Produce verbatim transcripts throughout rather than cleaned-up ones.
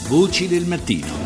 Voci del mattino.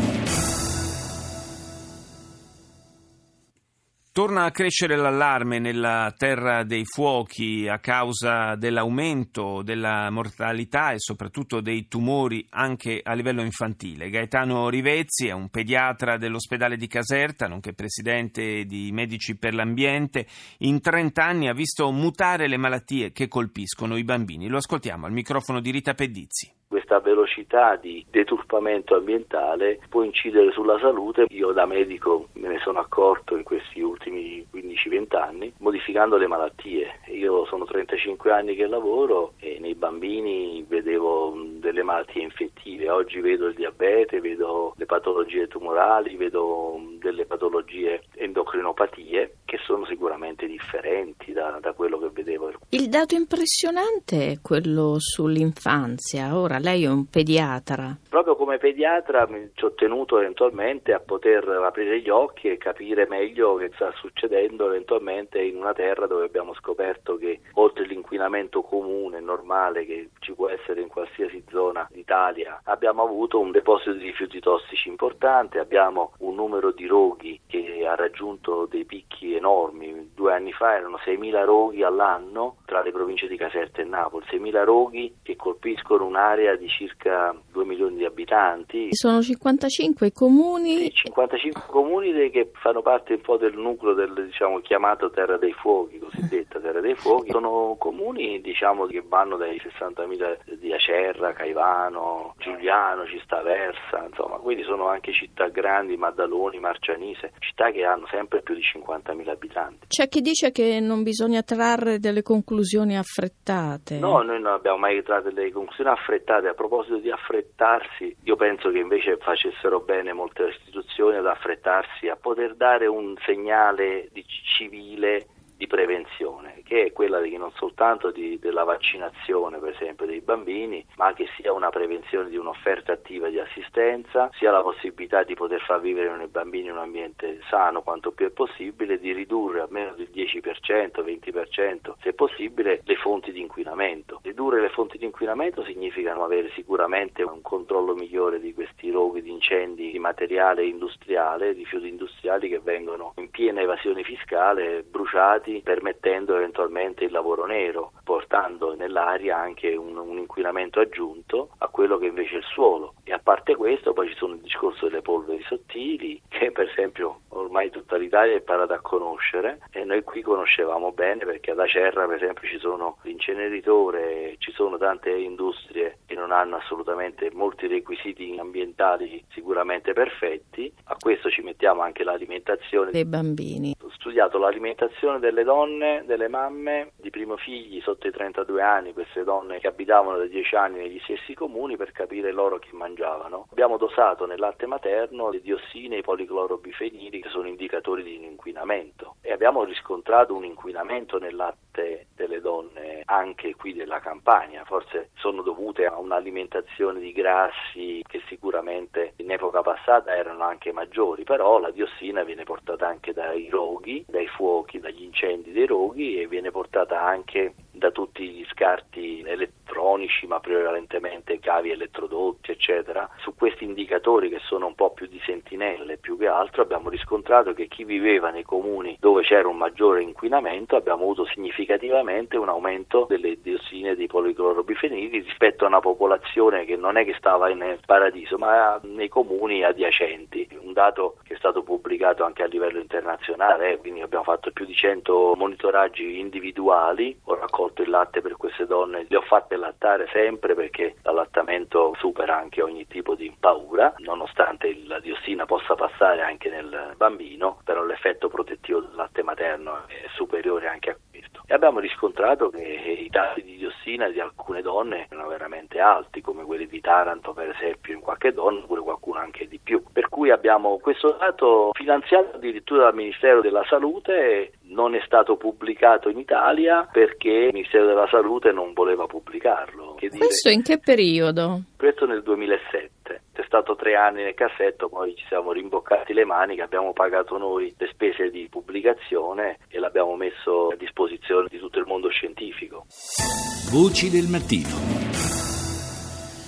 Torna a crescere l'allarme nella Terra dei Fuochi a causa dell'aumento della mortalità e soprattutto dei tumori anche a livello infantile. Gaetano Rivezzi è un pediatra dell'ospedale di Caserta, nonché presidente di Medici per l'Ambiente. In trent'anni ha visto mutare le malattie che colpiscono i bambini. Lo ascoltiamo al microfono di Rita Pedizzi. Questa velocità di deturpamento ambientale può incidere sulla salute. Io da medico me ne sono accorto in questi ultimi quindici venti anni, modificando le malattie. Io sono trentacinque anni che lavoro e nei bambini vedevo delle malattie infettive. Oggi vedo il diabete, vedo le patologie tumorali, vedo delle patologie endocrinopatie che sono sicuramente differenti da, da quello che vedevo. Il dato impressionante è quello sull'infanzia. Ora lei è un pediatra. Proprio come pediatra mi ci ho tenuto eventualmente a poter aprire gli occhi e capire meglio che sta succedendo eventualmente in una terra dove abbiamo scoperto che oltre l'inquinamento comune, normale, che ci può essere in qualsiasi zona d'Italia, abbiamo avuto un deposito di rifiuti tossici importante, abbiamo un numero di roghi che ha raggiunto dei picchi enormi. Due anni fa erano seimila roghi all'anno tra le province di Caserta e Napoli, seimila roghi che colpiscono un'area di circa due milioni di abitanti. Sono cinquantacinque comuni. Sì, cinquantacinque comuni che fanno parte un po' del nucleo del, diciamo, chiamato Terra dei Fuochi, cosiddetta Terra dei Fuochi. Sono comuni, diciamo, che vanno dai sessantamila di Acerra, Caivano, Giuliano, Cistaversa, insomma, quindi sono anche città grandi, Maddaloni, Marcianise, città che hanno sempre più di cinquantamila abitanti. C'è chi dice che non bisogna trarre delle conclusioni affrettate. No, noi non abbiamo mai tratto delle conclusioni affrettate. A proposito di affrettarsi, io penso che invece facessero bene molte istituzioni ad affrettarsi a poter dare un segnale di civile di prevenzione, che è quella di non soltanto di, della vaccinazione, per esempio, dei bambini, ma che sia una prevenzione di un'offerta attiva di assistenza, sia la possibilità di poter far vivere i bambini in un ambiente sano quanto più è possibile, di ridurre almeno del dieci per cento, venti per cento, se possibile, le fonti di inquinamento. Ridurre le fonti di inquinamento significa avere sicuramente un controllo migliore di questi roghi di incendi di materiale industriale, rifiuti industriali che vengono in piena evasione fiscale bruciati, permettendo eventualmente il lavoro nero, portando nell'aria anche un, un inquinamento aggiunto a quello che invece è il suolo. E a parte questo poi ci sono il discorso delle polveri sottili, che per esempio ormai tutta l'Italia è imparata a conoscere e noi qui conoscevamo bene, perché ad Acerra per esempio ci sono l'inceneritore, ci sono tante industrie che non hanno assolutamente molti requisiti ambientali sicuramente perfetti. A questo ci mettiamo anche l'alimentazione dei bambini. Ho studiato l'alimentazione delle donne, delle mamme di primo figli sotto i trentadue anni, queste donne che abitavano da dieci anni negli stessi comuni, per capire loro che mangiavano. Abbiamo dosato nel latte materno le diossine e i policlorobifenili, che sono indicatori di inquinamento, e abbiamo riscontrato un inquinamento nel latte delle donne anche qui della Campania. Forse sono dovute a un'alimentazione di grassi che sicuramente in epoca passata erano anche maggiori, però la diossina viene portata anche dai roghi, dai fuochi, dagli incendi dei roghi, e viene portata anche da tutti gli scarti elettronici, ma prevalentemente cavi elettrodotti, eccetera. Su questi indicatori, che sono un po' più di sentinelle più che altro, abbiamo riscontrato che chi viveva nei comuni dove c'era un maggiore inquinamento, abbiamo avuto significativamente un aumento delle diossine e dei policlorobifenili rispetto a una popolazione che non è che stava nel paradiso, ma nei comuni adiacenti. Un dato che è stato pubblicato anche a livello internazionale, eh, quindi abbiamo fatto più di cento monitoraggi individuali. Ho raccolto il latte per queste donne, le ho fatte lattare sempre, perché l'allattamento supera anche ogni tipo di paura, nonostante la diossina possa passare anche nel bambino, però l'effetto protettivo del latte materno è superiore anche a questo. E abbiamo riscontrato che i tassi di diossina di alcune donne erano veramente alti, come quelli di Taranto per esempio, in qualche donna, oppure qualcuno anche di più. Per cui abbiamo questo dato finanziato addirittura dal Ministero della Salute. Non è stato pubblicato in Italia perché il Ministero della Salute non voleva pubblicarlo. Che dire? Questo in che periodo? Questo nel duemilasette. È stato tre anni nel cassetto, poi ci siamo rimboccati le maniche, abbiamo pagato noi le spese di pubblicazione e l'abbiamo messo a disposizione di tutto il mondo scientifico. Voci del mattino.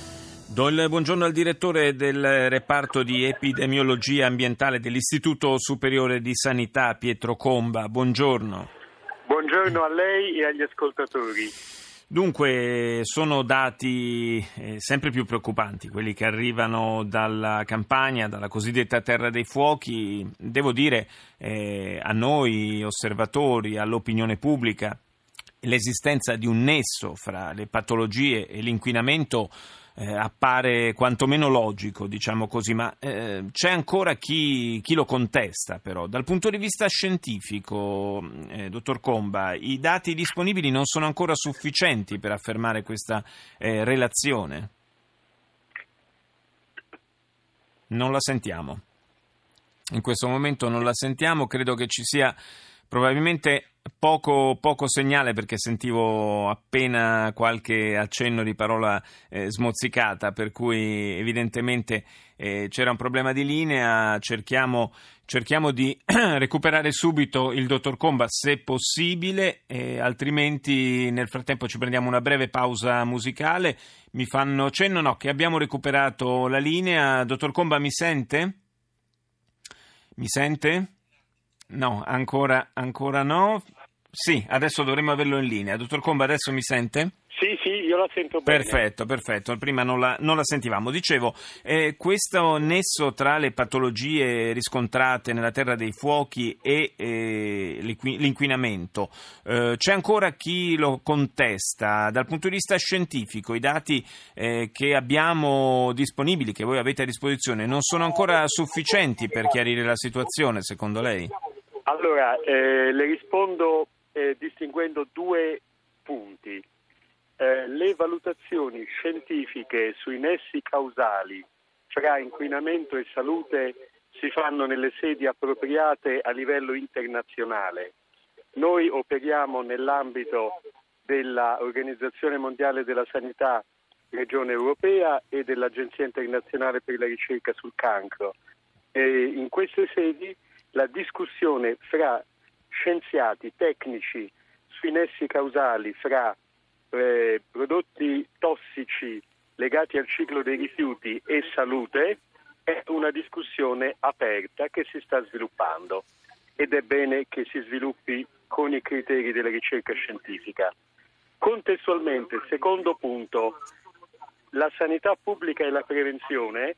Do il buongiorno al direttore del reparto di epidemiologia ambientale dell'Istituto Superiore di Sanità, Pietro Comba. Buongiorno. Buongiorno a lei e agli ascoltatori. Dunque, sono dati eh, sempre più preoccupanti, quelli che arrivano dalla Campania, dalla cosiddetta Terra dei Fuochi. Devo dire eh, a noi osservatori, all'opinione pubblica, l'esistenza di un nesso fra le patologie e l'inquinamento eh, appare quantomeno logico, diciamo così, ma eh, c'è ancora chi, chi lo contesta però. Dal punto di vista scientifico, eh, dottor Comba, i dati disponibili non sono ancora sufficienti per affermare questa eh, relazione? Non la sentiamo. In questo momento non la sentiamo, credo che ci sia probabilmente poco, poco segnale, perché sentivo appena qualche accenno di parola eh, smozzicata, per cui evidentemente eh, c'era un problema di linea. Cerchiamo, cerchiamo di recuperare subito il dottor Comba se possibile, eh, altrimenti nel frattempo ci prendiamo una breve pausa musicale. Mi fanno cenno no, che abbiamo recuperato la linea. Dottor Comba, mi sente? Mi sente? No, ancora, ancora no. Sì, adesso dovremmo averlo in linea. Dottor Comba, adesso mi sente? Sì, sì, io la sento bene. Perfetto, perfetto. Prima non la, non la sentivamo. Dicevo, eh, questo nesso tra le patologie riscontrate nella Terra dei Fuochi e eh, l'inquinamento, eh, c'è ancora chi lo contesta. Dal punto di vista scientifico, i dati eh, che abbiamo disponibili, che voi avete a disposizione, non sono ancora sufficienti per chiarire la situazione, secondo lei? Allora, eh, le rispondo eh, distinguendo due punti. Eh, le valutazioni scientifiche sui nessi causali fra inquinamento e salute si fanno nelle sedi appropriate a livello internazionale. Noi operiamo nell'ambito dell'Organizzazione Mondiale della Sanità Regione Europea e dell'Agenzia Internazionale per la Ricerca sul Cancro. E in queste sedi la discussione fra scienziati tecnici sui nessi causali fra eh, prodotti tossici legati al ciclo dei rifiuti e salute è una discussione aperta che si sta sviluppando, ed è bene che si sviluppi con i criteri della ricerca scientifica. Contestualmente, secondo punto, la sanità pubblica e la prevenzione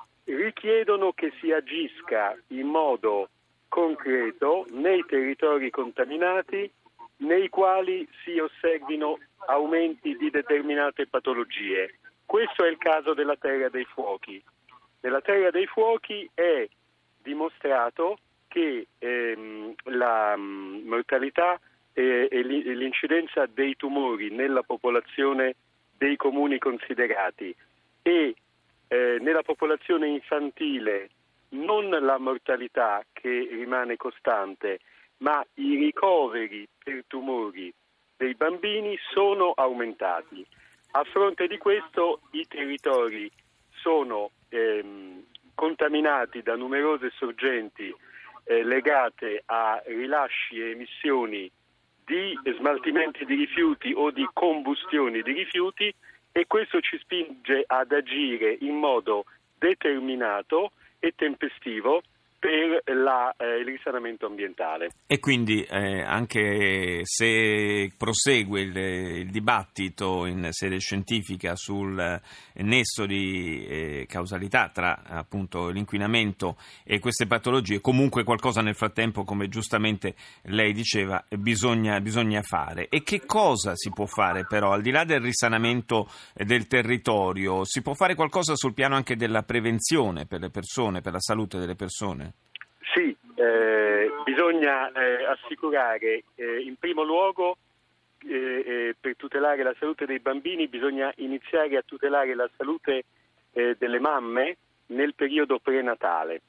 richiedono che si agisca in modo concreto nei territori contaminati nei quali si osservino aumenti di determinate patologie. Questo è il caso della Terra dei Fuochi. Nella Terra dei Fuochi è dimostrato che ehm, la mh, mortalità e, e l'incidenza dei tumori nella popolazione dei comuni considerati e eh, nella popolazione infantile non la mortalità che rimane costante, ma i ricoveri per tumori dei bambini sono aumentati. A fronte di questo i territori sono ehm, contaminati da numerose sorgenti eh, legate a rilasci e emissioni di smaltimenti di rifiuti o di combustioni di rifiuti, e questo ci spinge ad agire in modo determinato e tempestivo per la, eh, il risanamento ambientale. E quindi eh, anche se prosegue il, il dibattito in sede scientifica sul nesso di eh, causalità tra appunto l'inquinamento e queste patologie, comunque qualcosa nel frattempo, come giustamente lei diceva, bisogna, bisogna fare. E che cosa si può fare però, al di là del risanamento del territorio? Si può fare qualcosa sul piano anche della prevenzione per le persone, per la salute delle persone? Sì, eh, bisogna eh, assicurare eh, in primo luogo eh, eh, per tutelare la salute dei bambini bisogna iniziare a tutelare la salute eh, delle mamme nel periodo prenatale,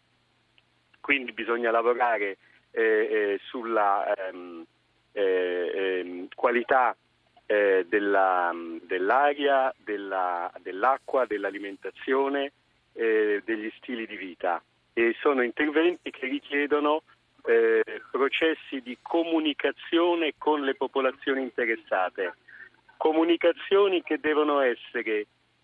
quindi bisogna lavorare eh, eh, sulla ehm, eh, eh, qualità eh, della, dell'aria, della, dell'acqua, dell'alimentazione, eh, degli stili di vita. E sono interventi che richiedono eh, processi di comunicazione con le popolazioni interessate, comunicazioni che devono essere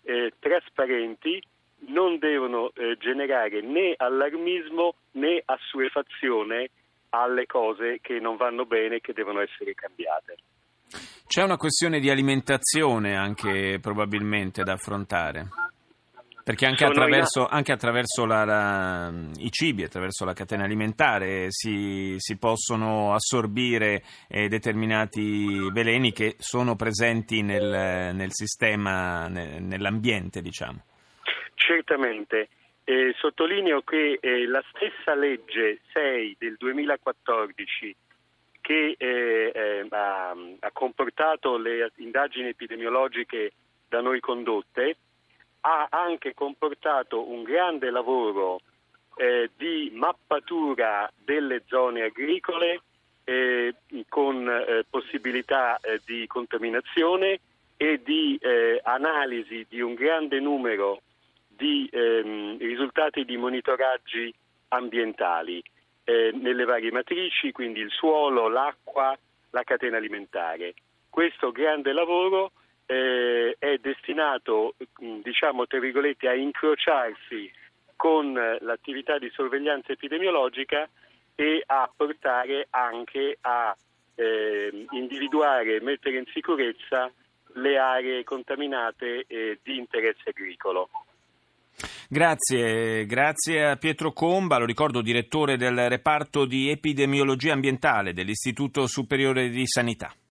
eh, trasparenti, non devono eh, generare né allarmismo né assuefazione alle cose che non vanno bene e che devono essere cambiate. C'è una questione di alimentazione anche probabilmente da affrontare, perché anche Sono attraverso, in... anche attraverso la, la, i cibi, attraverso la catena alimentare si, si possono assorbire eh, determinati veleni che sono presenti nel, nel sistema, nel, nell'ambiente, diciamo. Certamente. Eh, sottolineo che eh, la stessa legge sei del duemilaquattordici che eh, eh, ha, ha comportato le indagini epidemiologiche da noi condotte ha anche comportato un grande lavoro eh, di mappatura delle zone agricole eh, con eh, possibilità eh, di contaminazione e di eh, analisi di un grande numero di ehm, risultati di monitoraggi ambientali eh, nelle varie matrici, quindi il suolo, l'acqua, la catena alimentare. Questo grande lavoro eh, è destinato, diciamo tra virgolette, a incrociarsi con l'attività di sorveglianza epidemiologica e a portare anche a eh, individuare e mettere in sicurezza le aree contaminate eh, di interesse agricolo. Grazie, grazie a Pietro Comba, lo ricordo direttore del reparto di epidemiologia ambientale dell'Istituto Superiore di Sanità.